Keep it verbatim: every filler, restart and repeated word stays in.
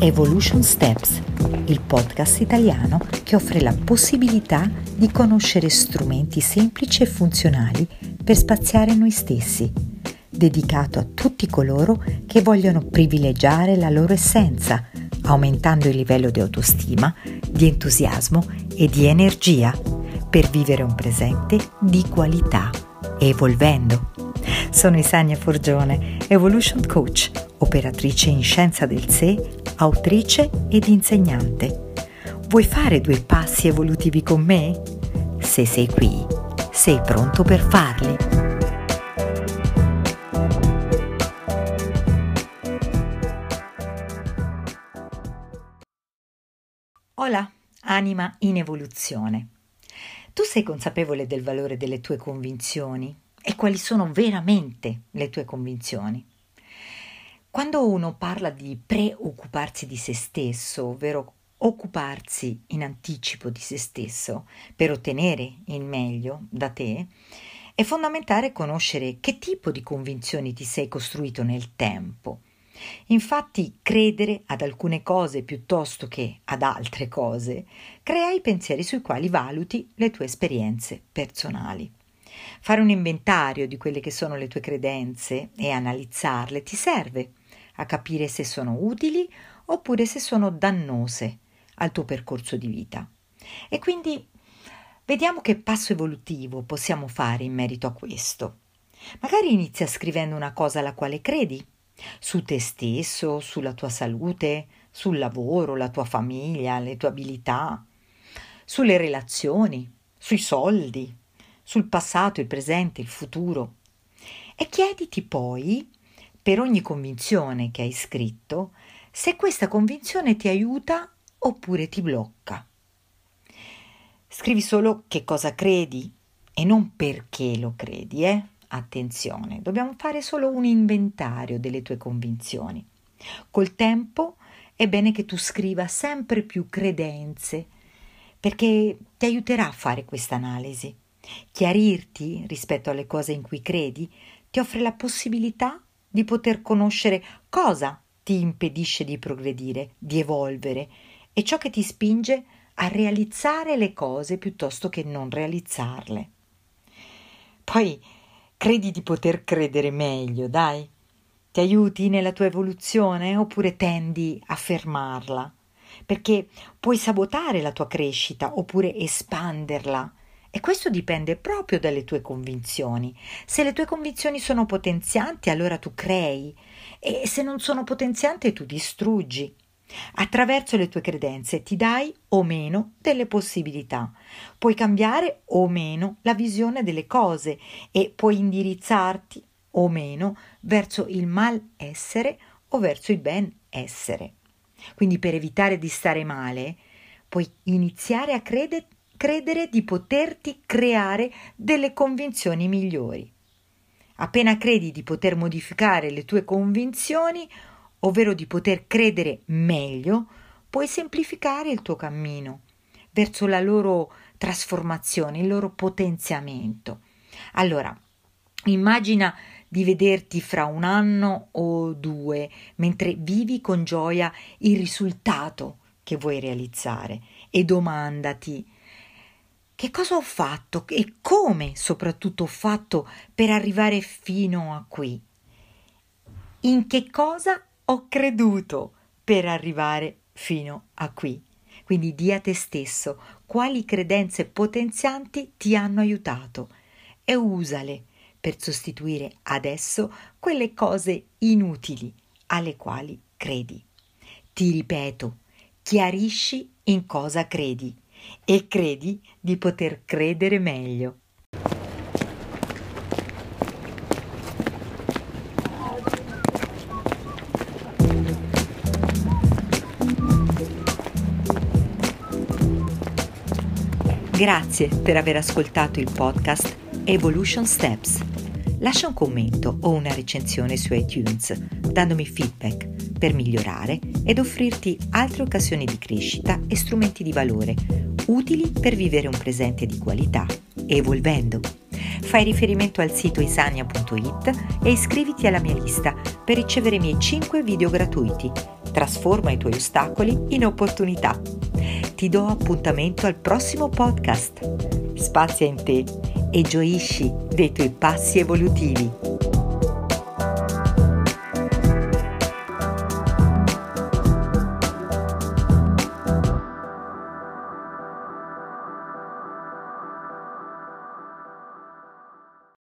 Evolution Steps, il podcast italiano che offre la possibilità di conoscere strumenti semplici e funzionali per spaziare noi stessi, dedicato a tutti coloro che vogliono privilegiare la loro essenza, aumentando il livello di autostima, di entusiasmo e di energia per vivere un presente di qualità, evolvendo. Sono Isania Forgione, Evolution Coach, operatrice in scienza del sé, autrice ed insegnante. Vuoi fare due passi evolutivi con me? Se sei qui, sei pronto per farli. Hola, anima in evoluzione. Tu sei consapevole del valore delle tue convinzioni e quali sono veramente le tue convinzioni? Quando uno parla di preoccuparsi di se stesso, ovvero occuparsi in anticipo di se stesso per ottenere il meglio da te, è fondamentale conoscere che tipo di convinzioni ti sei costruito nel tempo. Infatti, credere ad alcune cose piuttosto che ad altre cose crea i pensieri sui quali valuti le tue esperienze personali. Fare un inventario di quelle che sono le tue credenze e analizzarle ti serve a capire se sono utili oppure se sono dannose al tuo percorso di vita. E quindi vediamo che passo evolutivo possiamo fare in merito a questo. Magari inizia scrivendo una cosa alla quale credi, su te stesso, sulla tua salute, sul lavoro, la tua famiglia, le tue abilità, sulle relazioni, sui soldi, sul passato, il presente, il futuro. E chiediti poi, per ogni convinzione che hai scritto, se questa convinzione ti aiuta oppure ti blocca. Scrivi solo che cosa credi e non perché lo credi, eh? Attenzione, dobbiamo fare solo un inventario delle tue convinzioni. Col tempo è bene che tu scriva sempre più credenze, perché ti aiuterà a fare questa analisi. Chiarirti rispetto alle cose in cui credi ti offre la possibilità di poter conoscere cosa ti impedisce di progredire, di evolvere e ciò che ti spinge a realizzare le cose piuttosto che non realizzarle. Poi credi di poter credere meglio, dai? Ti aiuti nella tua evoluzione oppure tendi a fermarla? Perché puoi sabotare la tua crescita oppure espanderla. E questo dipende proprio dalle tue convinzioni. Se le tue convinzioni sono potenzianti, allora tu crei, e se non sono potenzianti, tu distruggi. Attraverso le tue credenze ti dai o meno delle possibilità. Puoi cambiare o meno la visione delle cose e puoi indirizzarti o meno verso il malessere o verso il benessere. Quindi, per evitare di stare male, puoi iniziare a credere credere di poterti creare delle convinzioni migliori. Appena credi di poter modificare le tue convinzioni, ovvero di poter credere meglio, puoi semplificare il tuo cammino verso la loro trasformazione, il loro potenziamento. Allora, immagina di vederti fra un anno o due, mentre vivi con gioia il risultato che vuoi realizzare, e domandati: che cosa ho fatto e come soprattutto ho fatto per arrivare fino a qui? In che cosa ho creduto per arrivare fino a qui? Quindi di a te stesso quali credenze potenzianti ti hanno aiutato e usale per sostituire adesso quelle cose inutili alle quali credi. Ti ripeto, chiarisci in cosa credi e credi di poter credere meglio. Grazie per aver ascoltato il podcast Evolution Steps. Lascia un commento o una recensione su iTunes, dandomi feedback per migliorare ed offrirti altre occasioni di crescita e strumenti di valore utili per vivere un presente di qualità, evolvendo. Fai riferimento al sito isania punto it e iscriviti alla mia lista per ricevere i miei cinque video gratuiti Trasforma i tuoi ostacoli in opportunità. Ti do appuntamento al prossimo podcast. Spazia in te e gioisci dei tuoi passi evolutivi.